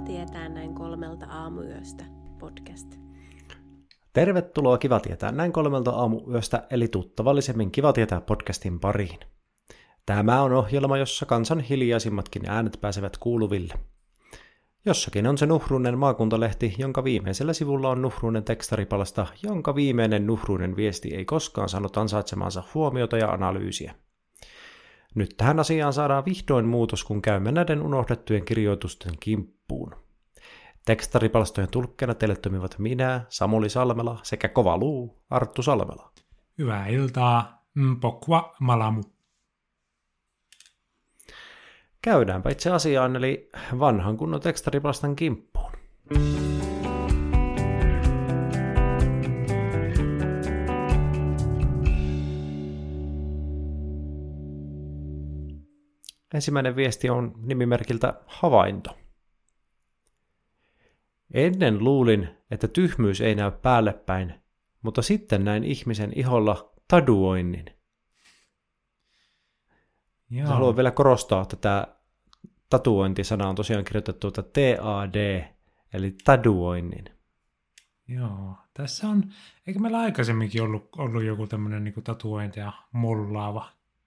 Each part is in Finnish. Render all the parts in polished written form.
tietää näin 3 aamuyöstä podcast. Tervetuloa Kiva tietää näin 3 aamuyöstä, eli tuttavallisemmin Kiva tietää podcastin pariin. Tämä on ohjelma, jossa kansan hiljaisimmatkin äänet pääsevät kuuluville. Jossakin on se nuhruinen maakuntalehti, jonka viimeisellä sivulla on nuhruinen tekstaripalsta, jonka viimeinen nuhruinen viesti ei koskaan saanut ansaitsemaansa huomiota ja analyysiä. Nyt tähän asiaan saadaan vihdoin muutos, kun käymme näiden unohdettujen kirjoitusten kimppuun. Tekstaripalstojen tulkkeena teille toimivat minä, Samuli Salmela, sekä kova luu, Arttu Salmela. Hyvää iltaa, mpokwa malamu. Käydäänpä itse asiaan, eli vanhan kunnon tekstaripalstan kimppuun. Ensimmäinen viesti on nimimerkiltä Havainto. Ennen luulin, että tyhmyys ei näy päälle päin, mutta sitten näin ihmisen iholla taduoinnin. Haluan vielä korostaa, että tämä tatuointisana on tosiaan kirjoitettu TAD, eli taduoinnin. Joo, tässä on, eikö meillä aikaisemminkin ollut joku tämmöinen niin tatuointi ja mollaava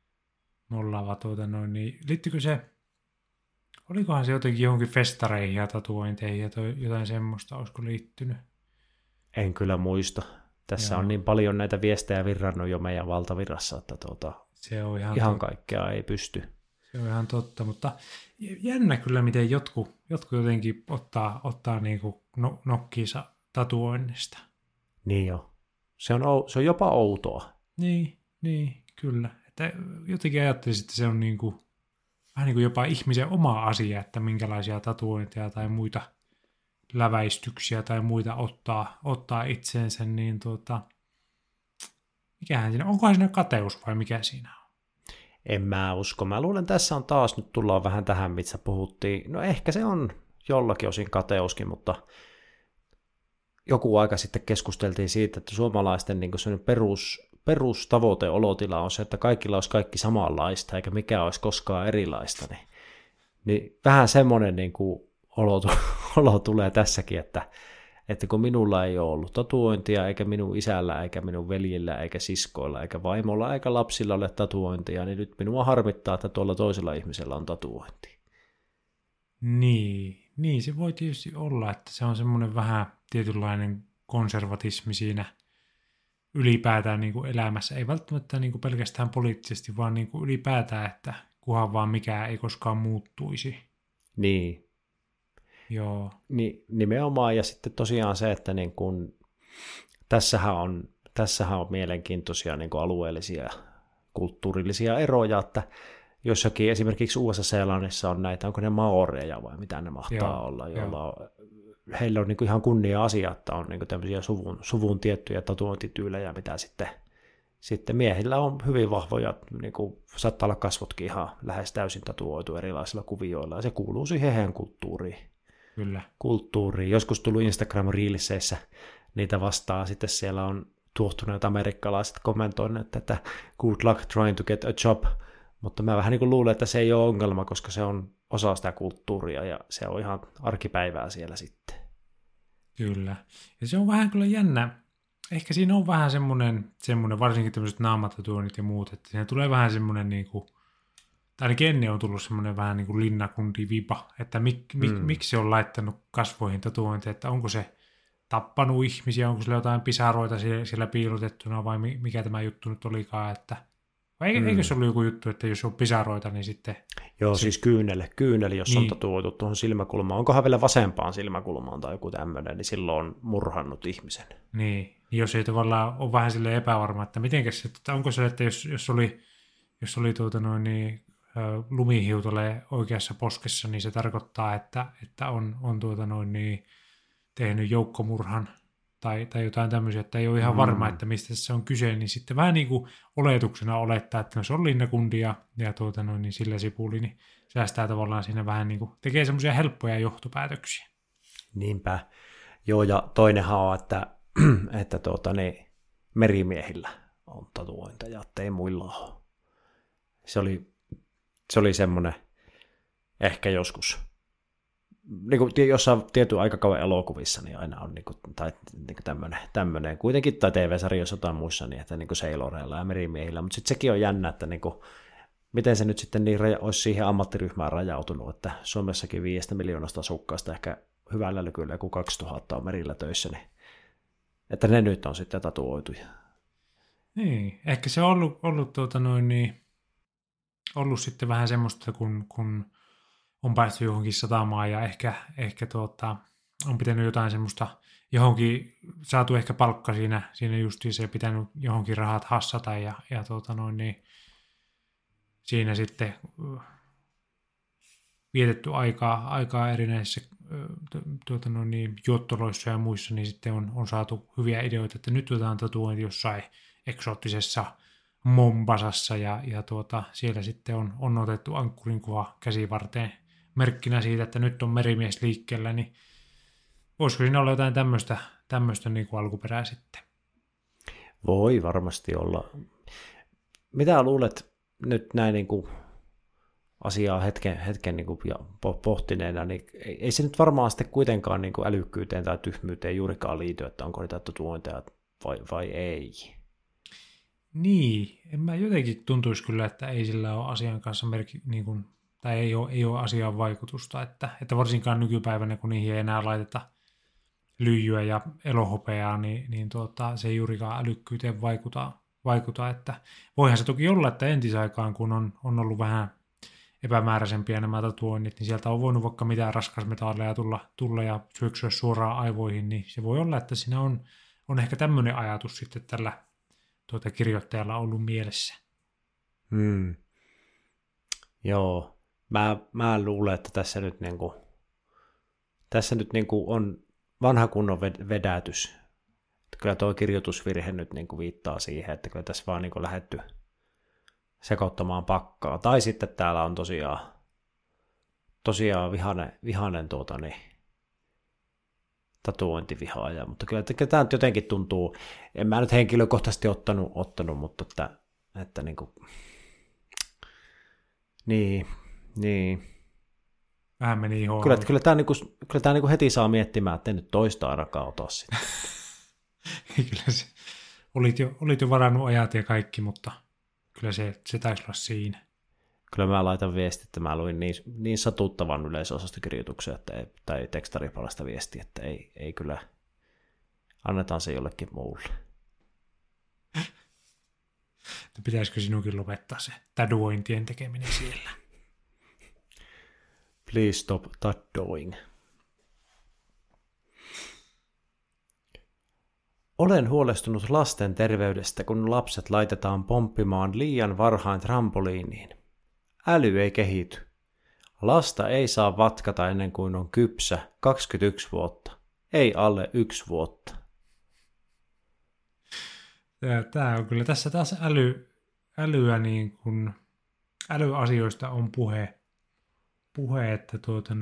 niin liittyykö se, olikohan se jotenkin johonkin festareihin ja tatuointeihin ja jotain semmoista, olisiko liittynyt? En kyllä muista. Tässä on niin paljon näitä viestejä virrannut jo meidän valtavirrassa, että se on ihan kaikkea ei pysty. Se on ihan totta, mutta jännä kyllä, miten jotkut jotenkin ottaa niin kuin nokkiinsa tatuoinnista. Niin jo. Se on jopa outoa. Niin, kyllä. Että jotenkin ajattelisin, että se on niin kuin, vähän niin kuin jopa ihmisen oma asia, että minkälaisia tatuointeja tai muita läväistyksiä tai muita ottaa itseensä, niin mikähän siinä, onkohan siinä kateus vai mikä siinä on? En mä usko. Mä luulen, tässä on taas, nyt tullaan vähän tähän, mitä puhuttiin. No ehkä se on jollakin osin kateuskin, mutta joku aika sitten keskusteltiin siitä, että suomalaisten niin perustavoite olotila on se, että kaikilla olisi kaikki samanlaista, eikä mikään olisi koskaan erilaista. Niin vähän semmoinen niin kuin olo tulee tässäkin, että kun minulla ei ole ollut tatuointia, eikä minun isällä, eikä minun veljillä, eikä siskoilla, eikä vaimolla, eikä lapsilla ole tatuointia, niin nyt minua harmittaa, että tuolla toisella ihmisellä on tatuointi. Niin, se voi tietysti olla, että se on semmoinen vähän tietynlainen konservatismi siinä ylipäätään niin kuin elämässä. Ei välttämättä niin kuin pelkästään poliittisesti, vaan niin kuin ylipäätään, että kunhan vaan mikään ei koskaan muuttuisi. Niin. Joo. Nimenomaan, ja sitten tosiaan se, että niin kun, tässähän on mielenkiintoisia niin kun alueellisia kulttuurillisia eroja, että jossakin esimerkiksi USA-Seelannissa on näitä, onko ne maoreja vai mitä ne mahtaa olla, joilla heillä on niin kuin ihan kunnia-asia, että on niin kuin tämmöisiä suvun tiettyjä tatuointityylejä, mitä sitten miehillä on hyvin vahvoja, niin kuin saattaa olla kasvotkin ihan lähes täysin tatuoitu erilaisilla kuvioilla, ja se kuuluu siihen heidän kulttuuriin. Joskus tullut Instagram-reelseissä niitä vastaan, sitten siellä on tuohtuneet amerikkalaiset kommentoineet, että good luck trying to get a job, mutta mä vähän niin kuin luulen, että se ei ole ongelma, koska se on osa sitä kulttuuria, ja se on ihan arkipäivää siellä sitten. Kyllä, ja se on vähän kyllä jännä. Ehkä siinä on vähän semmoinen varsinkin tämmöiset naamatatuoinnit ja muut, että siinä tulee vähän semmoinen, niin kuin, tai ainakin ennen on tullut semmoinen vähän niin kuin linnakunti-vipa, että miksi se on laittanut kasvoihin tatuointeja, että onko se tappanut ihmisiä, onko sillä jotain pisaroita siellä piilotettuna vai mikä tämä juttu nyt olikaan, että eikö se ollut joku juttu, että jos on pisaroita, niin sitten... Joo, siis kyyneli, jos on tatuoitu tuohon silmäkulmaan. Onkohan vielä vasempaan silmäkulmaan tai joku tämmöinen, niin silloin on murhannut ihmisen. Niin, jos ei tavallaan ole vähän silleen epävarma, että mitenkäs se, onko se, että jos oli lumihiutale oikeassa poskessa, niin se tarkoittaa, että on tehnyt joukkomurhan tai jotain tämmöisiä, että ei ole ihan varma, että mistä se on kyse, niin sitten vähän niin kuin oletuksena olettaa, että se on linnakundi ja niin sillä sipuli, niin säästää tavallaan siinä vähän niin kuin, tekee semmoisia helppoja johtopäätöksiä. Niinpä. Joo, ja toinenhan on, että merimiehillä on tatuointeja, ettei muilla ole. Se oli semmoinen ehkä joskus niin kuin jossain tietyn aikakauden elokuvissa, niin aina on niin kuin, tai niin kuin tämmöinen kuitenkin, tai TV-sarjoissa tai muissa, niin että niin kuin seiloreilla ja merimiehillä, mutta sitten sekin on jännä, että niin kuin, miten se nyt sitten niin olisi siihen ammattiryhmään rajautunut, että Suomessakin 5 miljoonasta asukkaasta ehkä hyvällä lykyllä joku 2000 on merillä töissä, niin että ne nyt on sitten tatuoituja. Niin, ehkä se on ollut sitten vähän semmoista, kun on päästy johonkin satamaan ja ehkä on pitänyt jotain semmoista johonkin, saatu ehkä palkka siinä justiin se pitänyt johonkin rahat hassata ja niin siinä sitten vietetty aikaa erinäisissä juottoloissa ja muissa, niin sitten on saatu hyviä ideoita, että nyt otetaan tatuointi jossain eksoottisessa Mombasassa ja siellä sitten on otettu ankkuriinkuva käsivarteen merkkinä siitä, että nyt on merimies liikkeellä, niin voisiko siinä olla jotain tämmöistä niin kuin alkuperää sitten? Voi varmasti olla. Mitä luulet nyt näin niin kuin asiaa hetken niin kuin pohtineena, niin ei se nyt varmaan sitten kuitenkaan niin kuin älykkyyteen tai tyhmyyteen juurikaan liity, että onko niitä tatuointeja vai ei. Niin, en mä jotenkin tuntuisi kyllä, että ei sillä ole asian kanssa tai ei ole asiaan vaikutusta, että varsinkaan nykypäivänä, kun niihin ei enää laiteta lyijyä ja elohopeaa, niin se ei juurikaan älykkyyteen vaikuta, että voihan se toki olla, että entisaikaan, kun on ollut vähän epämääräisempiä nämä tatuoinnit, niin sieltä on voinut vaikka mitään raskasmetalleja tulla ja syöksyä suoraan aivoihin, niin se voi olla, että siinä on ehkä tämmöinen ajatus sitten tällä kirjoittajalla ollut mielessä. Joo, mä luulen, että tässä nyt on vanha kunnon vedätys. Että kyllä tuo kirjoitusvirhe nyt viittaa siihen, että kyllä tässä vaan lähdetty sekoittamaan pakkaa. Tai sitten täällä on tosiaan vihanen tatuointivihaaja, mutta kyllä tämä nyt jotenkin tuntuu, en mä nyt henkilökohtaisesti ottanut mutta että niin. Vähän meni ihan. Kyllä tämä heti saa miettimään, että en nyt toista ainakaan ota sitä. Kyllä se, olit jo varannut ajat ja kaikki, mutta kyllä se taisi olla siinä. Kyllä mä laitan viestiä, että mä luin niin satuttavan yleisosastokirjoituksen, tai tekstaripalasta viestiä, että ei kyllä, annetaan se jollekin muulle. Pitäisikö sinunkin lopettaa se taduointien tekeminen siellä? Please stop tattooing. Olen huolestunut lasten terveydestä, kun lapset laitetaan pomppimaan liian varhain trampoliiniin. Äly ei kehity. Lasta ei saa vatkata ennen kuin on kypsä 21 vuotta, ei alle 1 vuotta. Tämä on kyllä tässä taas älyä älyasioista on puhe että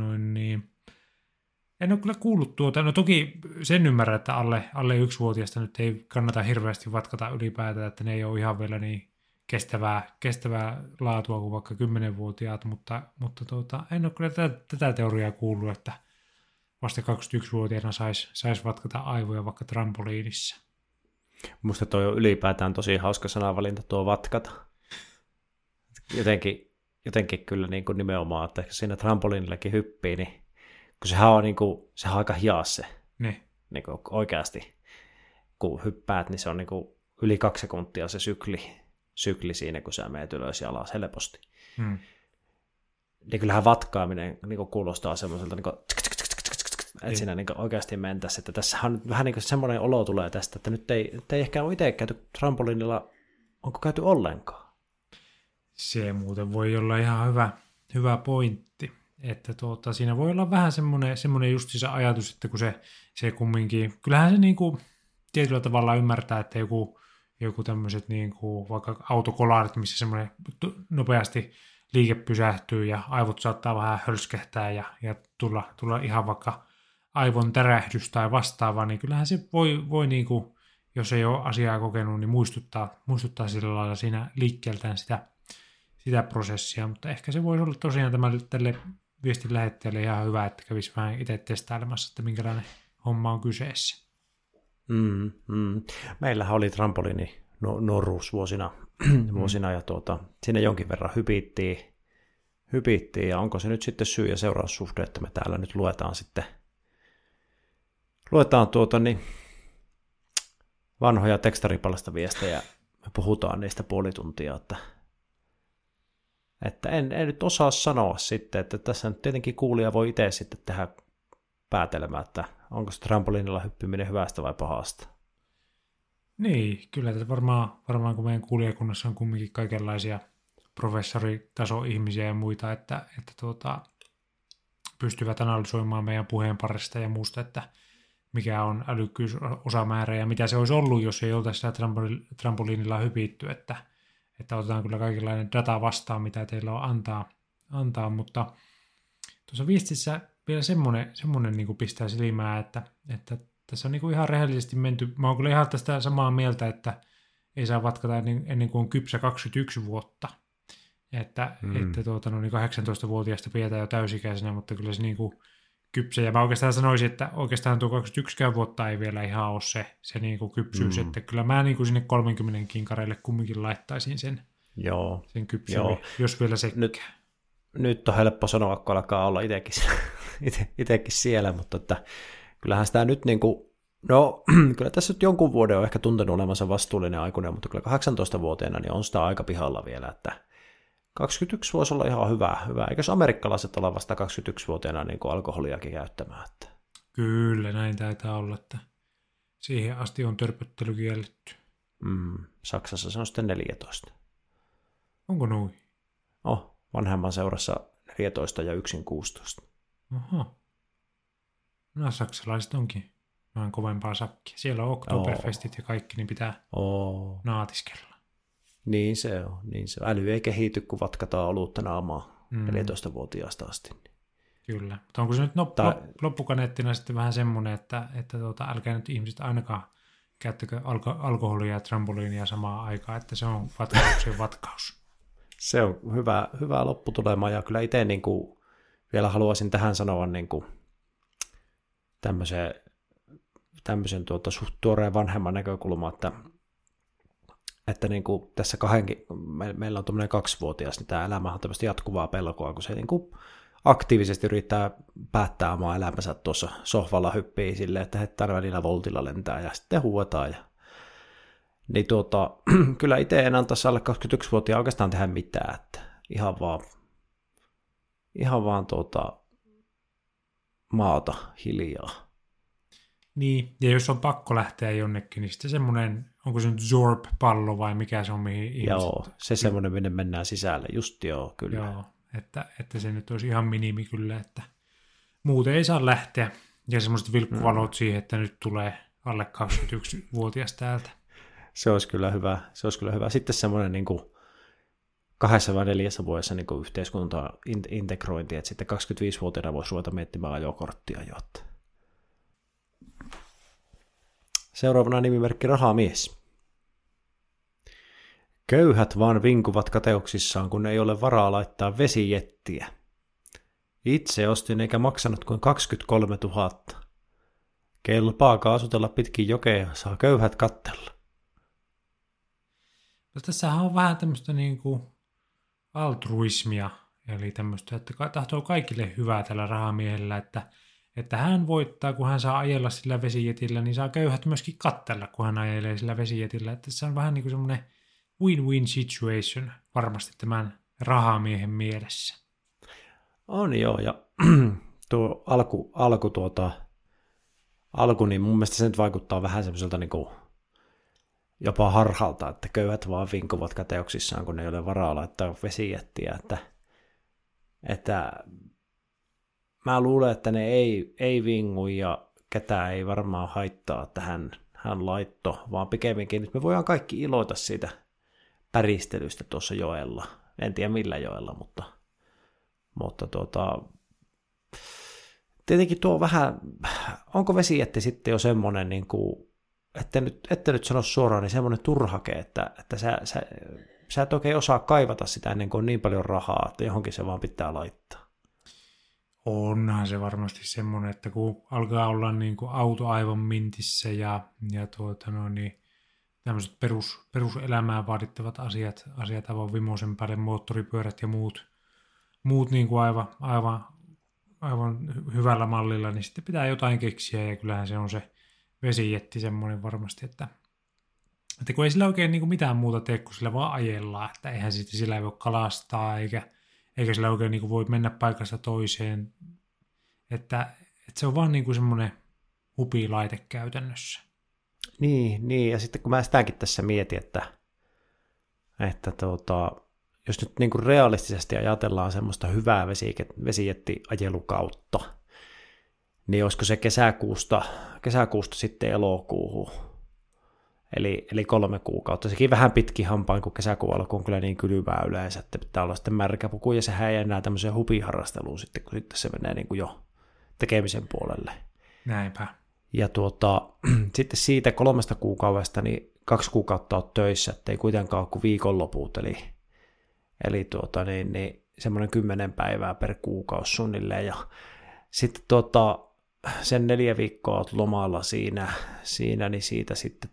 en ole kyllä kuullut no toki sen ymmärrän, että alle 1-vuotiaasta nyt ei kannata hirveästi vatkata ylipäätään, että ne ei ole ihan vielä niin kestävää laatua kuin vaikka 10-vuotiaat, mutta en ole kyllä tätä teoriaa kuullut, että vasta 21-vuotiaana sais vatkata aivoja vaikka trampoliinissa. Musta toi on ylipäätään tosi hauska sanavalinta tuo vatkata. Jotenkin kyllä niin kuin nimenomaan, että siinä trampoliinillakin hyppii, niin kun sehän on aika hias se. Niin kuin oikeasti. Kun hyppäät, niin se on niin kuin yli 2 sekuntia se sykli siinä, kun sä menet ylös ja alas helposti. Niin kyllähän vatkaaminen niin kuulostaa semmoiselta, että siinä oikeasti mentäisiin. Että tässähän on vähän niin kuin semmoinen olo tulee tästä, että nyt ei ehkä ole itse käyty trampoliinilla, onko käyty ollenkaan? Se muuten voi olla ihan hyvä pointti, että siinä voi olla vähän semmoinen justiinsa ajatus, että kun se kumminkin, kyllähän se niinku tietyllä tavalla ymmärtää, että joku tämmöiset niinku vaikka autokolaarit, missä semmoinen nopeasti liike pysähtyy ja aivot saattaa vähän hölskehtää ja tulla ihan vaikka aivon tärähdys tai vastaava, niin kyllähän se voi niinku, jos ei ole asiaa kokenut, niin muistuttaa sillä lailla siinä liikkeeltään sitä prosessia, mutta ehkä se voisi olla tosiaan tälle viestin lähettäjälle ihan hyvä, että kävisi vähän itse testailemassa, että minkälainen homma on kyseessä. Meillähän oli trampoliini nuoruus vuosina ja sinne jonkin verran hypittiin, ja onko se nyt sitten syy- ja seuraussuhde, että me täällä nyt luetaan vanhoja tekstaripalasta viestejä, me puhutaan niistä puoli tuntia, että en nyt osaa sanoa sitten, että tässä nyt tietenkin kuulija voi itse sitten tehdä päätelmää, että onko se trampoliinilla hyppiminen hyvästä vai pahasta. Niin, kyllä tätä varmaan kun meidän kuulijakunnassa on kumminkin kaikenlaisia professoritaso-ihmisiä ja muita, että pystyvät analysoimaan meidän puheen parista ja muusta, että mikä on älykkyysosamäärä ja mitä se olisi ollut, jos ei oltaisi sitä trampoliinilla hypitty, että otetaan kyllä kaikenlainen data vastaan, mitä teillä on antaa, mutta tuossa viestissä vielä semmoinen niin kuin pistää silmää, että tässä on niin kuin ihan rehellisesti menty. Mä oon kyllä ihan tästä samaa mieltä, että ei saa vatkata ennen kuin on kypsä 21 vuotta. Että niin 18-vuotiaasta pidetään jo täysikäisenä, mutta kyllä se niin kuin kypsä. Ja mä oikeastaan sanoisin, että oikeastaan tuo 21 vuotta ei vielä ihan ole se niin kuin kypsyys. Että kyllä mä niin kuin sinne 30 kinkareille kumminkin laittaisin sen kypsyyden, jos vielä sekään. Nyt on helppo sanoa, kun alkaa olla itsekin siellä, mutta että kyllähän sitä nyt niin kuin, no kyllä tässä nyt jonkun vuoden on ehkä tuntenut olevansa vastuullinen aikuinen, mutta kyllä 18-vuotiaana niin on sitä aika pihalla vielä, että 21 voisi olla ihan hyvä. Eikös amerikkalaiset olla vasta 21-vuotiaana niin kuin alkoholiakin käyttämään? Että... Kyllä, näin taitaa olla, että siihen asti on törpöttely kielletty. Saksassa se on sitten 14. Onko noin? Vanhemman seurassa 14 ja yksin 16. Aha. No saksalaiset onkin vähän kovempaa sakkia. Siellä on Oktoberfestit ja kaikki, niin pitää naatiskella. Niin se on. Äly ei kehity, kun vatkataan olutta naamaa 14-vuotiaasta asti. Kyllä. Mutta onko se nyt loppukaneettina sitten vähän semmoinen, että älkää nyt ihmiset ainakaan käyttäkö alkoholia ja trampoliinia samaan aikaan, että se on vatkauksen vatkaus. Se on hyvä lopputulema, ja kyllä itse niin kuin vielä haluaisin tähän sanoa niin kuin tämmöisen suht tuoreen vanhemman näkökulma, että niin kuin tässä meillä on tuommoinen 2-vuotias, niin tämä elämä on tämmöistä jatkuvaa pelkoa, kun se niin kuin aktiivisesti yrittää päättää omaa elämänsä tuossa sohvalla, hyppii silleen, että hetään välillä voltilla lentää ja sitten huuetaan. Niin kyllä itse en antaisi alle 21-vuotiaan oikeastaan tehdä mitään, että ihan vaan maata hiljaa. Niin, ja jos on pakko lähteä jonnekin, niin sitten semmoinen, onko se nyt Zorb-pallo vai mikä se on, mihin ihmiset... Joo, se semmoinen, minne mennään sisälle, just kyllä. Joo, että se nyt olisi ihan minimi kyllä, että muuten ei saa lähteä. Ja semmoiset vilkkuvalot siihen, että nyt tulee alle 21-vuotias täältä. Se olisi kyllä hyvä. Sitten semmoinen niin kuin 2 vai 4 vuodessa niin kuin yhteiskunta-integrointi, että sitten 25-vuotiaana voisi ruveta miettimään ajokorttia jo. Seuraavana nimimerkki Rahamies. Köyhät vaan vinkuvat kateuksissaan, kun ei ole varaa laittaa vesijettiä. Itse ostin eikä maksanut kuin 23 000. Kelpaa kaasutella pitkin jokea, saa köyhät kattella. No, tässähän on vähän tämmöistä niinku altruismia, eli tämmöistä, että tahtoo kaikille hyvää tällä rahamiehellä, että hän voittaa, kun hän saa ajella sillä vesijetillä, niin saa köyhät myöskin kattella, kun hän ajelee sillä vesijetillä. Että se on vähän niin kuin semmoinen win-win situation varmasti tämän rahamiehen mielessä. On joo, ja tuo alku, niin mun mielestä se nyt vaikuttaa vähän semmoiselta niin kuin jopa harhalta, että köyhät vaan vinkuvat kateoksissaan, kun ne ei ole varaa laittaa vesijettiä, että mä luulen, että ne ei vingu ja ketään ei varmaan haittaa, että hän laitto, vaan pikemminkin nyt me voidaan kaikki iloita siitä päristelystä tuossa joella. En tiedä millä joella, mutta tietenkin tuo vähän, onko vesijetti sitten jo semmoinen, niin kuin, ette nyt sano suoraan, niin semmoinen turhake, että sä et oikein osaa kaivata sitä ennen kuin on niin paljon rahaa, että johonkin se vaan pitää laittaa. Onhan se varmasti semmoinen, että kun alkaa olla niin kuin auto aivan mintissä ja niin tämmöiset peruselämään vaadittavat asiat aivan vimoisen päälle, moottoripyörät ja muut niin kuin aivan hyvällä mallilla, niin sitten pitää jotain keksiä, ja kyllähän se on se vesijetti semmoinen varmasti, että kun ei sillä oikein niin kuin mitään muuta tee, kun sillä vaan ajellaan, että eihän sitten sillä ei voi kalastaa, eikä sillä oikein niin kuin voi mennä paikasta toiseen, että se on vaan niin kuin semmoinen hupilaite käytännössä. Niin, ja sitten kun mä sitäkin tässä mietin, että jos nyt niin kuin realistisesti ajatellaan semmoista hyvää vesijettiajelukautta, niin olisiko se kesäkuusta sitten elokuuhun, eli 3 kuukautta. Sekin vähän pitkin hampaan, kun kesäkuun alku on kyllä niin kylmää yleensä, että pitää olla sitten märkä puku, ja sehän ei enää tämmöiseen hupiharrasteluun sitten, kun sitten se menee niin kuin jo tekemisen puolelle. Näinpä. Ja sitten siitä 3 kuukaudesta, niin 2 kuukautta on töissä, ettei kuitenkaan ole kuin viikonloput, eli semmoinen 10 päivää per kuukausi suunnilleen, ja sitten sen 4 viikkoa olet lomalla siinä, niin siitä sitten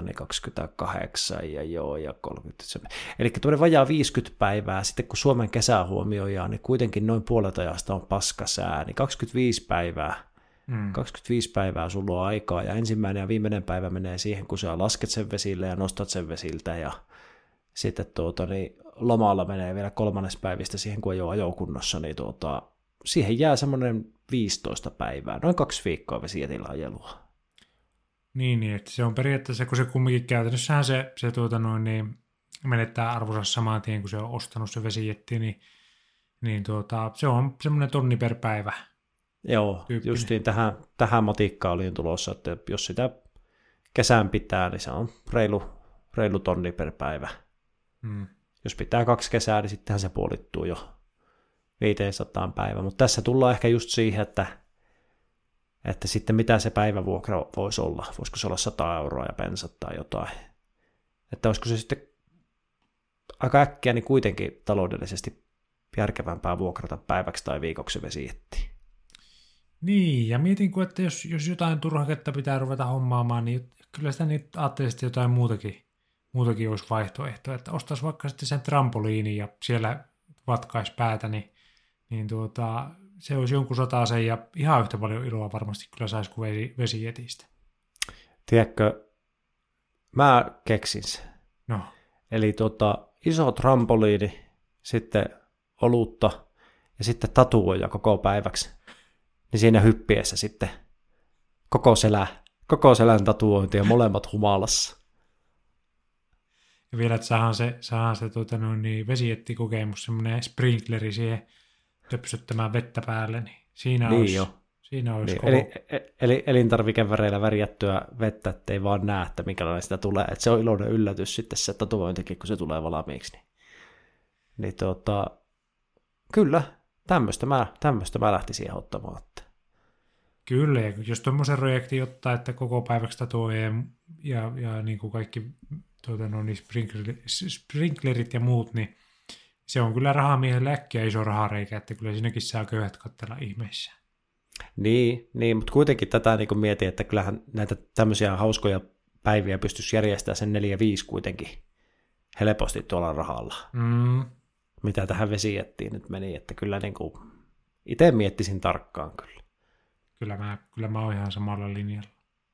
28 ja 30. Eli tuonne vajaa 50 päivää, sitten kun Suomen kesää huomioidaan, niin kuitenkin noin puolet ajasta on paskasää, niin 25 päivää. 25 päivää sulla on aikaa, ja ensimmäinen ja viimeinen päivä menee siihen, kun sä lasket sen vesille ja nostat sen vesiltä, ja sitten lomalla menee vielä 3. päivistä siihen, kun ei ole ajokunnossa, niin siihen jää semmoinen 15 päivää, noin 2 viikkoa vesijetillä ajelua. Niin, että se on periaatteessa, kun se kumminkin käytännössähän se menettää arvonsa saman tien, kun se on ostanut se vesijetti, niin se on semmoinen tonni per päivä. Joo, tyyppinen. Justiin tähän matikkaan olin tulossa, että jos sitä kesän pitää, niin se on reilu tonni per päivä. Jos pitää 2 kesää, niin sittenhän se puolittuu jo 500 päivää. Mutta tässä tullaan ehkä just siihen, että sitten mitä se päivävuokra voisi olla. Voisiko se olla 100 euroa ja bensat tai jotain. Että olisiko se sitten aika äkkiä niin kuitenkin taloudellisesti järkevämpää vuokrata päiväksi tai viikoksi vesijettiin. Niin, ja mietin, että jos jotain turhaketta pitää ruveta hommaamaan, niin kyllä sitä niin ajattelisin, että jotain muutakin olisi vaihtoehto, että ostaisi vaikka sitten sen trampoliinin ja siellä vatkaisi päätä, niin se olisi jonkun 100 ja ihan yhtä paljon iloa varmasti kyllä saisi kuin vesijetistä. Tiedätkö, mä keksin sen. No. Eli iso trampoliini, sitten olutta ja sitten tatuoja koko päiväksi. Niin siinä hyppiessä sitten koko selän tatuointi ja molemmat humalassa. Ja vielä, että saadaan se vesijettikokemus, semmoinen sprinkleri siihen töpsöttämään vettä päälle, niin siinä olisi koko. Eli elintarvikeväreillä värjättyä vettä, ettei vaan näe, että minkälainen sitä tulee. Että se on iloinen yllätys sitten se tatuointikin, kun se tulee valmiiksi. Niin kyllä. Tämmöistä mä lähtisin ottamaan. Kyllä, ja jos tuommoisen projektin ottaa, että koko päiväksi tatuoja ja niin kuin kaikki sprinklerit ja muut, niin se on kyllä rahamiehelle äkkiä iso rahareikä, että kyllä siinäkin saa köyhät katsella ihmeissä. Niin, mutta kuitenkin tätä niin kuin mietin, että kyllähän näitä tämmöisiä hauskoja päiviä pystyisi järjestämään sen 4-5 kuitenkin helposti tuolla rahalla. Mitä tähän vesijettiin nyt meni, että kyllä niin kuin itse miettisin tarkkaan kyllä. Kyllä mä oon ihan samalla linjalla.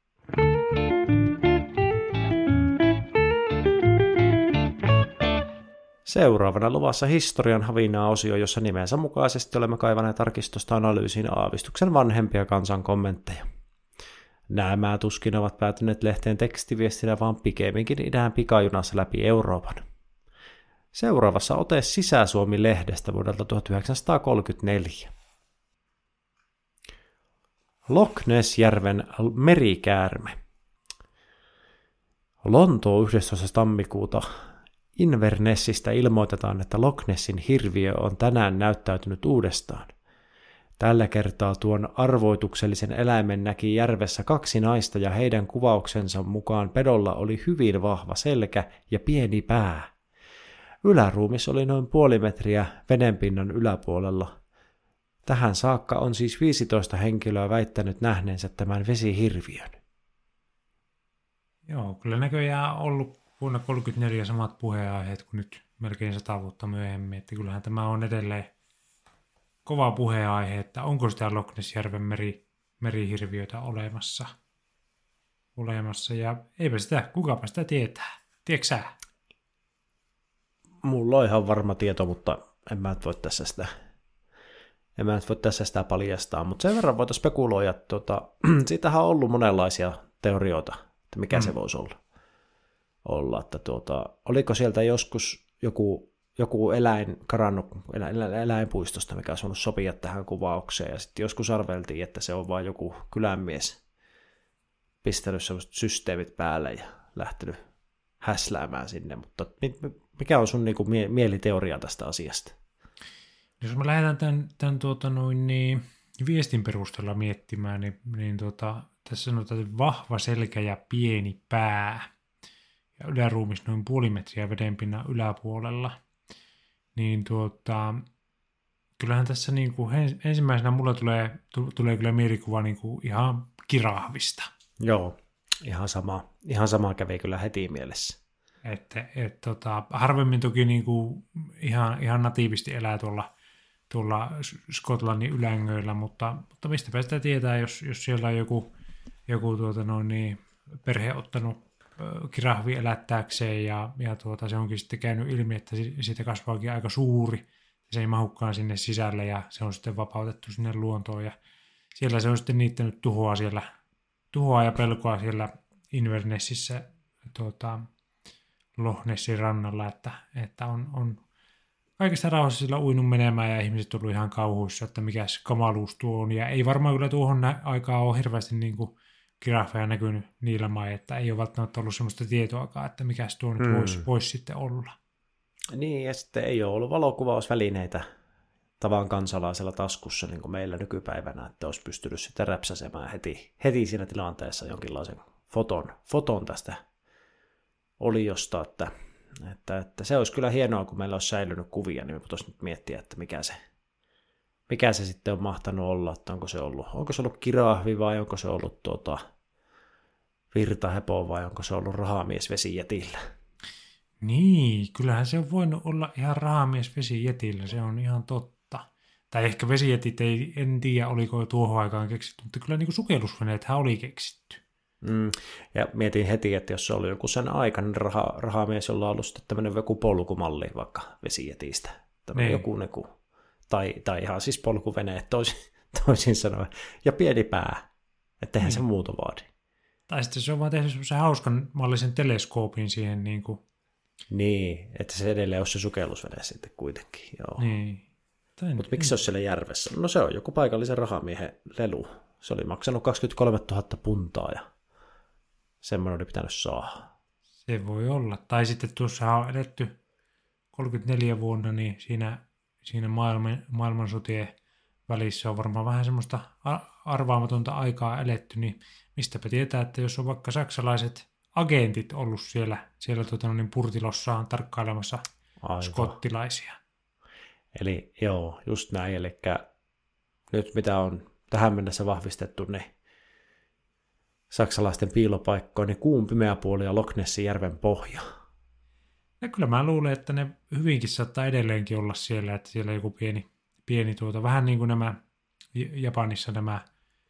Seuraavana luvassa historian havinaa osio, jossa nimensä mukaisesti olemme kaivaneet arkistosta analyysin aavistuksen vanhempia kansan kommentteja. Nämä tuskin ovat päätyneet lehteen tekstiviestinä, vaan pikemminkin idän pikajunassa läpi Euroopan. Seuraavassa ote Sisä-Suomi-lehdestä vuodelta 1934. Loch Ness-järven merikäärme. Lontoon 11. tammikuuta Invernessistä ilmoitetaan, että Loch Nessin hirviö on tänään näyttäytynyt uudestaan. Tällä kertaa tuon arvoituksellisen eläimen näki järvessä 2 naista ja heidän kuvauksensa mukaan pedolla oli hyvin vahva selkä ja pieni pää. Yläruumis oli noin 0,5 metriä vedenpinnan yläpuolella. Tähän saakka on siis 15 henkilöä väittänyt nähneensä tämän vesihirviön. Joo, kyllä näköjään ollut vuonna 1934 samat puheenaiheet kuin nyt melkein 100 vuotta myöhemmin. Että kyllähän tämä on edelleen kova puheenaihe, että onko sitä Loch Nessjärven merihirviötä olemassa. Ja eipä sitä, kukapa sitä tietää. Tiedätkö sä? Mulla on ihan varma tieto, mutta en mä nyt voi tässä sitä paljastaa, mutta sen verran voitaisiin spekuloida, että siitähän on ollut monenlaisia teorioita, että mikä se voisi olla. Että oliko sieltä joskus joku eläin karannut eläinpuistosta, mikä on saanut sopia tähän kuvaukseen, ja sitten joskus arveltiin, että se on vain joku kylänmies pistänyt sellaiset systeemit päälle ja lähtenyt häsläämään sinne, mutta mikä on sun niinku mieliteoria tästä asiasta? Jos me lähdetään tämän viestin perusteella miettimään, niin tässä sanotaan, että vahva selkä ja pieni pää ja yläruumis noin 0,5 metriä vedenpinnan yläpuolella, niin kyllähän tässä niinku ensimmäisenä mulla tulee kyllä mielikuva niinku ihan kirahvista. Joo, ihan sama kävi kyllä heti mielessä. Harvemmin toki niinku ihan natiivisti elää tuolla Skotlannin ylängöillä, mutta mistäpä sitä tietää, jos siellä on joku perhe ottanut kirahvi elättääkseen ja se onkin sitten käynyt ilmi, että siitä kasvaakin aika suuri, se ei mahukaan sinne sisälle ja se on sitten vapautettu sinne luontoon ja siellä se on sitten niittänyt tuhoa ja pelkoa siellä Invernessissä Loch Nessin rannalla, että on kaikista rauhassa sillä uinut menemään ja ihmiset on ollut ihan kauhuissa, että mikäs kamaluus tuo on. Ja ei varmaan kyllä tuohon aikaan ole hirveästi niin kuin kirafeja näkynyt niillä mailla, että ei ole välttämättä ollut sellaista tietoakaan, että mikäs tuo nyt voisi sitten olla. Niin, ja sitten ei ole ollut valokuvausvälineitä tavan kansalaisella taskussa niin kuin meillä nykypäivänä, että olisi pystynyt sitten räpsäsemään heti siinä tilanteessa jonkinlaisen foton tästä oliosta, että se olisi kyllä hienoa, kun meillä olisi säilynyt kuvia, niin me voitaisiin nyt miettiä, että mikä se sitten on mahtanut olla, että onko se ollut kirahvi vai onko se ollut virtahepo vai onko se ollut rahamies vesijätillä. Niin, kyllähän se on voinut olla ihan rahamies vesijätillä, se on ihan totta. Tai ehkä vesijätit en tiedä, oliko tuohon aikaan keksitty, mutta kyllä niin kuin sukellusveneethän oli keksitty. Ja mietin heti, että jos se oli joku sen aikainen rahamies, jolla on ollut sitten tämmöinen joku polkumalli vaikka vesijätistä, tämmöinen joku neku, tai ihan siis polkuveneet toisin sanoen, ja pieni pää, että eihän se muuta vaadi. Tai sitten se on vaan tehnyt semmoisen hauskan mallisen teleskoopin siihen niin kuin. Niin, että se edelleen on se sukellusvene sitten kuitenkin, joo. Niin. Mutta miksi se on siellä järvessä? No se on joku paikallisen rahamiehen lelu. Se oli maksanut 23 000 puntaa ja semmoinen oli pitänyt saada. Se voi olla. Tai sitten tuossa on eletty 34 vuonna, niin siinä maailmansotien välissä on varmaan vähän semmoista arvaamatonta aikaa eletty, niin mistäpä tietää, että jos on vaikka saksalaiset agentit ollut siellä Purtilossaan tarkkailemassa skottilaisia. Eli joo, just näin. Eli nyt mitä on tähän mennessä vahvistettu, niin saksalaisten piilopaikkoja, niin kuun pimeä puoli ja Loch Nessin järven pohja. Ja kyllä mä luulen, että ne hyvinkin saattaa edelleenkin olla siellä, että siellä joku pieni vähän niin kuin nämä Japanissa nämä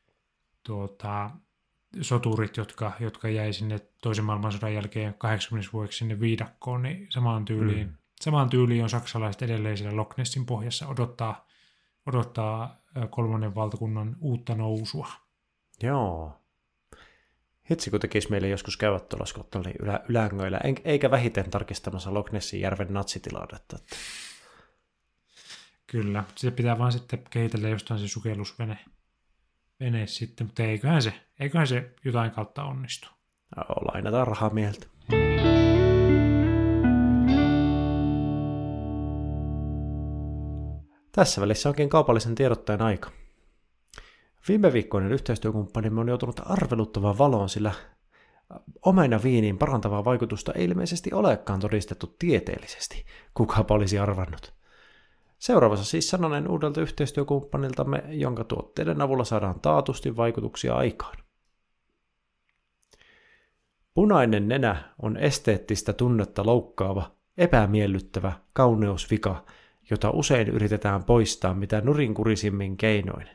soturit, jotka jäi sinne toisen maailmansodan jälkeen 80 vuodeksi sinne viidakkoon, niin samaan tyyliin on saksalaiset edelleen siellä Loch Nessin pohjassa odottaa kolmannen valtakunnan uutta nousua. Joo. Hitsi, kun tekisi meille joskus käydä tuolla Skotlannin ylängöillä, eikä vähiten tarkistamassa Loch Nessin järven natsitilannetta. Kyllä, se pitää vaan sitten kehitellä jostain se sukellusvene sitten, mutta eiköhän se jotain kautta onnistu. Lainataan rahaa mieltä. Tässä välissä onkin kaupallisen tiedottajan aika. Viime viikkoinen yhteistyökumppanimme on joutunut arveluttavaan valoon, sillä omenaviinin parantavaa vaikutusta ei ilmeisesti olekaan todistettu tieteellisesti. Kukapa olisi arvannut. Seuraavassa siis sananen uudelta yhteistyökumppaniltamme, jonka tuotteiden avulla saadaan taatusti vaikutuksia aikaan. Punainen nenä on esteettistä tunnetta loukkaava, epämiellyttävä kauneusvika, jota usein yritetään poistaa mitä nurinkurisimmin keinoin.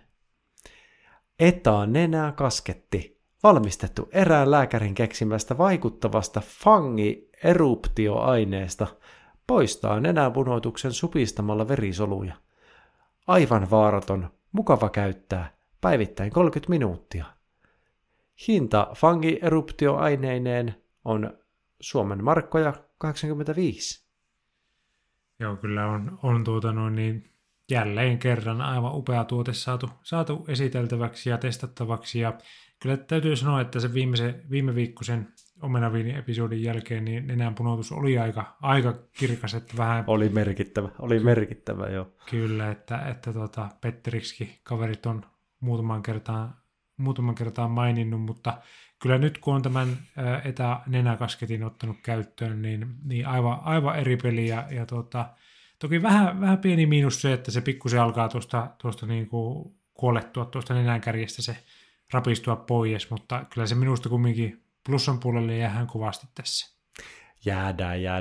Etanenä kasketti, valmistettu erään lääkärin keksimästä vaikuttavasta fungi-eruptioaineesta, poistaa nenäpunoituksen supistamalla verisoluja. Aivan vaaraton, mukava käyttää, päivittäin 30 minuuttia. Hinta fungi-eruptioaineineen on Suomen markkoja 85. Joo, kyllä on jälleen kerran aivan upea tuote saatu esiteltäväksi ja testattavaksi. Ja kyllä täytyy sanoa, että se viime viikkoisen omenaviini-episodin jälkeen niin nenänpunoutus oli aika kirkas, että vähän... Oli merkittävä, joo. Kyllä, että Petteriksikin kaverit on muutaman kertaan maininnut, mutta kyllä nyt kun on tämän etänenäkasketin ottanut käyttöön, niin aivan eri peli ja toki vähän pieni miinus se, että se pikkusen alkaa tuosta niinku kuolettua tuosta nenänkärjestä se rapistua pois, mutta kyllä se minusta kumminkin plussan puolelle jäähän kovasti tässä. Jäädään ja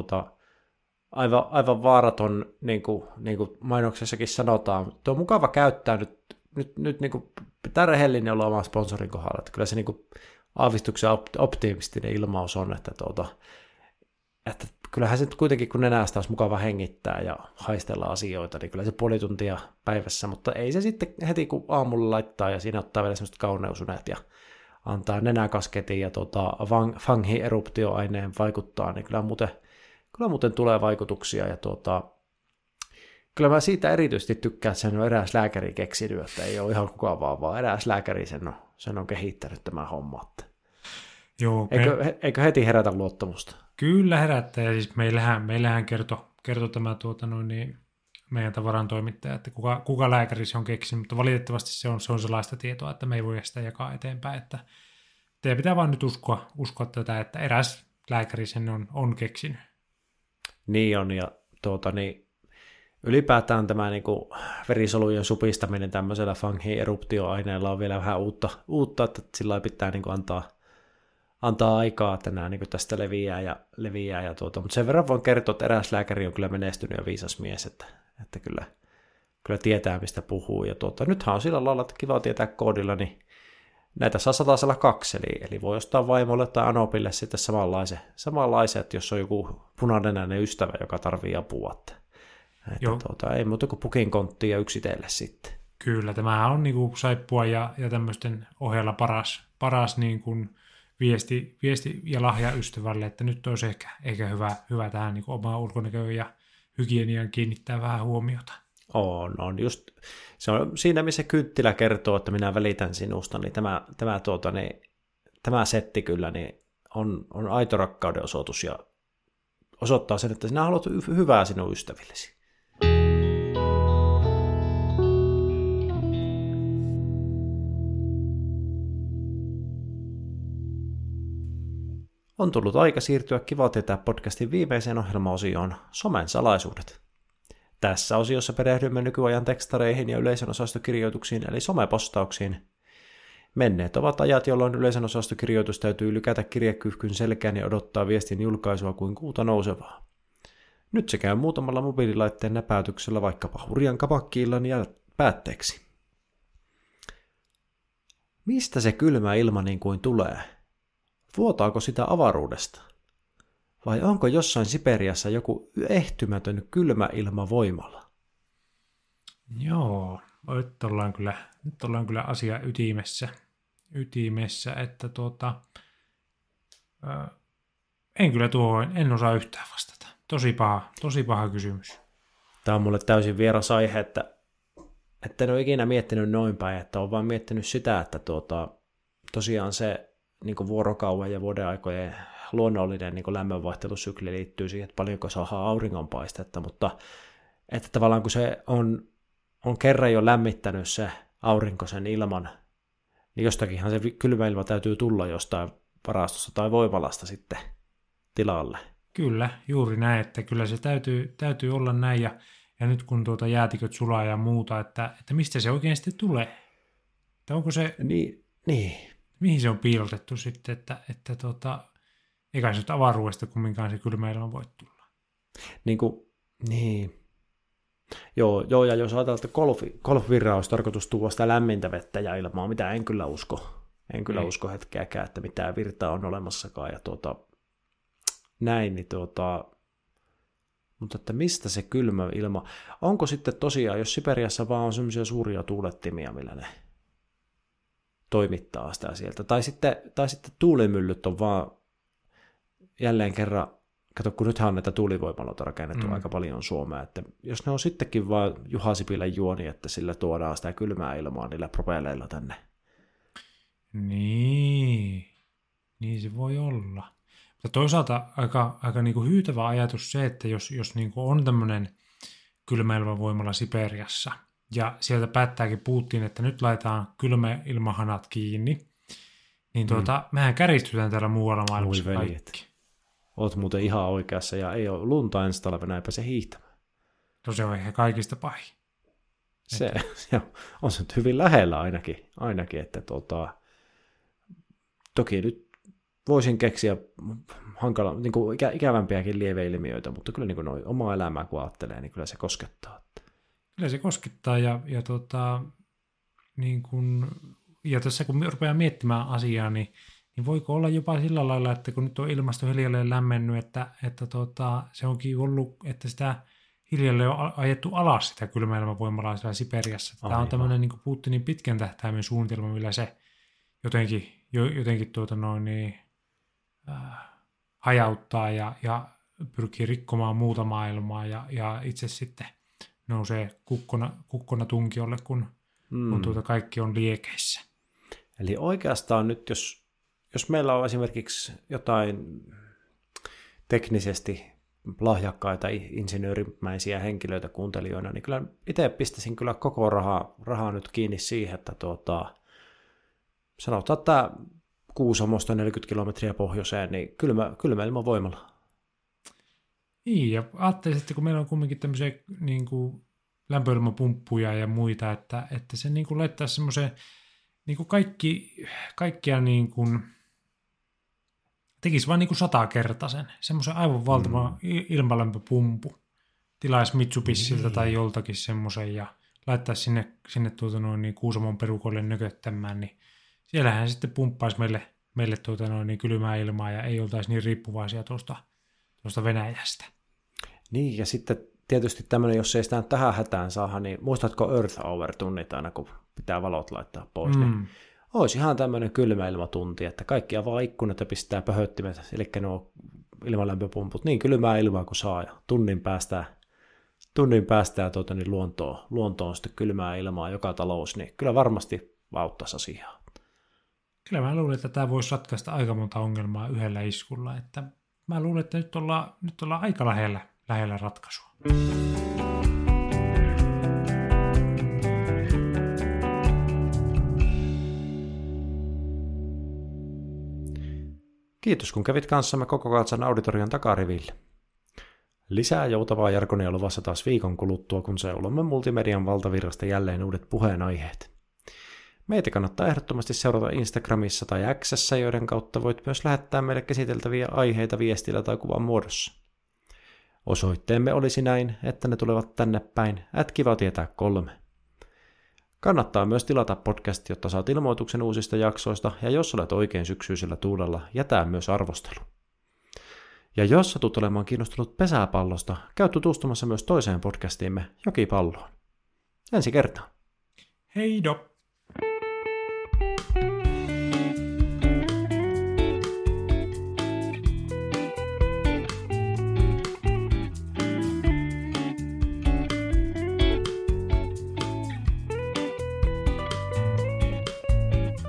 aivan vaaraton, niin kuin mainoksessakin sanotaan, tuo on mukava käyttää nyt niin kuin pitää rehellinen olla oman sponsorin kohdalla, että kyllä se niin kuin aavistuksen optimistinen ilmaus on, että kyllähän se kuitenkin, kun nenästä olisi mukava hengittää ja haistella asioita, niin kyllä se puoli tuntia päivässä, mutta ei se sitten heti kun aamulla laittaa ja siinä ottaa vielä semmoiset kauneusunet ja antaa nenäkasketin ja fungi-eruptioaineen vaikuttaa, niin kyllä muuten tulee vaikutuksia ja kyllä mä siitä erityisesti tykkään, että sen on eräs lääkäri keksinyt, että ei ole ihan kukaan vaan eräs lääkäri sen on kehittänyt tämä homma. Joo, eikö heti herätä luottamusta? Kyllä herättää, ja siis meillähän kertoi tämä meidän tavaran toimittaja, että kuka lääkäri se on keksinyt, mutta valitettavasti se on sellaista tietoa, että me ei voi sitä jakaa eteenpäin, että teidän pitää vaan nyt uskoa tätä, että eräs lääkäri sen on keksinyt. Niin on, ja ylipäätään tämä niinku verisolujen supistaminen tämmöisellä fungi-eruptioaineella on vielä vähän uutta että sillä pitää niinku antaa aikaa, että nämä niinku tästä leviää mutta sen verran voin kertoa, että eräs lääkäri on kyllä menestynyt ja viisas mies, että kyllä tietää, mistä puhuu. Ja nythän on sillä lailla, että kiva tietää koodilla, niin näitä saa 2, eli voi ostaa vaimolle tai Anopille sitten samanlaisen, että jos on joku punanenäinen ystävä, joka tarvitsee apua. Ei muuta kuin pukin konttiin ja yksitellen sitten. Kyllä, tämähän on niinku saippua ja tämmöisten ohella paras niinku viesti ja lahja ystävälle, että nyt olisi ehkä hyvä tähän niinku omaan ulkonäköön ja hygieniaan kiinnittää vähän huomiota. On just, se on siinä, missä kynttilä kertoo, että minä välitän sinusta, niin tämä setti kyllä niin on aito rakkauden osoitus ja osoittaa sen, että sinä haluat hyvää sinun ystävillesi. On tullut aika siirtyä Kiva tietää podcastin viimeiseen ohjelmaosioon, somen salaisuudet. Tässä osiossa perehdymme nykyajan tekstareihin ja yleisön osastokirjoituksiin eli somepostauksiin. Menneet ovat ajat, jolloin yleisön osastokirjoitus täytyy lykätä kirjekyyhkyn selkään ja odottaa viestin julkaisua kuin kuuta nousevaa. Nyt se käy muutamalla mobiililaitteen näpäytyksellä vaikkapa hurjan kapakki-illan ja päätteeksi. Mistä se kylmä ilma niin kuin tulee? Vuotaako sitä avaruudesta? Vai onko jossain Siperiassa joku ehtymätön kylmä ilma voimalla? Joo, nyt ollaan kyllä asia ytimessä, että en kyllä en osaa yhtään vastata. Tosi paha kysymys. Tämä on mulle täysin vieras aihe, että en ole ikinä miettinyt noin päin, että olen vaan miettinyt sitä, että tosiaan se niin kuin vuorokauden ja vuodenaikojen luonnollinen niin kuin lämmönvaihtelusykli liittyy siihen, että paljonko saadaan auringonpaistetta, mutta että tavallaan kun se on kerran jo lämmittänyt se aurinko sen ilman, niin jostakinhan se kylmä ilma täytyy tulla jostain varastosta tai voimalasta sitten tilalle. Kyllä, juuri näin, että kyllä se täytyy olla näin, ja ja nyt kun jäätiköt sulaa ja muuta, että mistä se oikein sitten tulee? Että onko se, Niin. mihin se on piilotettu sitten, että eikä se nyt avaruudesta kumminkaan se kylmä ilma voi tulla. Niin. Joo, ja jos ajatellaan, että golfvirra olisi tarkoitus tuoda sitä lämmintä vettä ja ilmaa, mitä en kyllä usko. En kyllä usko hetkeäkään, että mitään virtaa on olemassakaan. Ja näin, niin mutta että mistä se kylmä ilma? Onko sitten tosiaan, jos Siperiassa vaan on semmoisia suuria tuulettimia, millä ne toimittaa sitä sieltä, tai sitten tuulimyllyt on vaan jälleen kerran, kato kun nythän on näitä tuulivoimaloita rakennettu aika paljon Suomea, että jos ne on sittenkin vaan Juha Sipilän juoni, että sillä tuodaan sitä kylmää ilmaa niillä propelleilla tänne. Niin se voi olla. Mutta toisaalta aika niin kuin hyytävä ajatus se, että jos niin kuin on tämmöinen kylmäilmavoimala Siperiassa, ja sieltä päättääkin Putin, että nyt laitetaan kylmäilmahanat kiinni, niin mehän käristytään täällä muualla maailmassa kaikki. Oot muuten ihan oikeassa, ja ei ole lunta ensi talvena, ei pääse hiihtämään. No se on ehkä kaikista pahin. Se on se nyt hyvin lähellä ainakin että toki nyt voisin keksiä niin kuin ikävämpiäkin lieveilmiöitä, mutta kyllä niin kuin omaa elämää kun ajattelee, niin kyllä se koskettaa. Kyllä se koskettaa, ja tässä kun rupeaa miettimään asiaa, niin voiko olla jopa sillä lailla, että kun nyt on ilmasto hiljalleen lämmennyt, että se onkin ollut, että sitä hiljalleen on ajettu alas sitä kylmäilmavoimalaa siellä Siperiassa. Tämä on tämmöinen niin kuin Putinin pitkän tähtäimen suunnitelma, millä se jotenkin hajauttaa ja pyrkii rikkomaan muuta maailmaa ja itse sitten nousee kukkona tunkiolle, kun kaikki on liekeissä. Eli oikeastaan nyt, jos meillä on esimerkiksi jotain teknisesti lahjakkaita insinöörimäisiä henkilöitä kuuntelijoina, niin kyllä itse pistäisin kyllä koko rahaa nyt kiinni siihen, että sanotaan, että Kuusamosta 40 kilometriä pohjoiseen, niin kylmä ilman voimalla. Niin, ja ajattelin, että kun meillä on kumminkin tämmöisiä niin kuin lämpöilmapumppuja ja muita, että se niin kuin laittaa semmoisen niin kuin kaikkia niin kuin tekisi vain niin kuin 100-kertaisen, semmoisen aivan valtavan ilmalämpöpumpu. Tilaisi Mitsubishilta tai joltakin semmoisen ja laittaisi sinne Kuusamon perukoille nököttämään, niin siellähän sitten pumppaisi meille kylmää ilmaa ja ei oltaisi niin riippuvaisia tuosta Venäjästä. Niin, ja sitten tietysti tämmöinen, jos ei sitä tähän hätään saada, niin muistatko Earth Hour-tunnit aina, kun pitää valot laittaa pois, niin olisi ihan tämmöinen kylmäilmatunti, että kaikkia vaan ikkunat ja pistää pöhöttimet, eli nuo ilmalämpöpumput, niin kylmää ilmaa kuin saa, ja tunnin päästään luontoon sitten kylmää ilmaa joka talous, niin kyllä varmasti auttaisi asiaa. Kyllä mä luulen, että tämä voisi ratkaista aika monta ongelmaa yhdellä iskulla, että mä luulen, että nyt ollaan aika lähellä ratkaisua. Kiitos kun kävit kanssamme Koko Kansan auditorion takariville. Lisää joutavaa jargonia luvassa taas viikon kuluttua, kun seulomme multimedian valtavirrasta jälleen uudet puheenaiheet. Meitä kannattaa ehdottomasti seurata Instagramissa tai X:ssä, joiden kautta voit myös lähettää meille käsiteltäviä aiheita viestillä tai kuvan muodossa. Osoitteemme olisi näin, että ne tulevat tänne päin, @kivatietää3. Kannattaa myös tilata podcast, jotta saat ilmoituksen uusista jaksoista, ja jos olet oikein syksyisellä tuulella, jätä myös arvostelu. Ja jos satut olemaan kiinnostunut pesäpallosta, käy tutustumassa myös toiseen podcastiimme Jokipalloon. Ensi kertaan. Heido!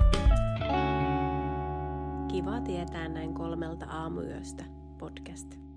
Kiva tietää näin 3 aamuyöstä podcast.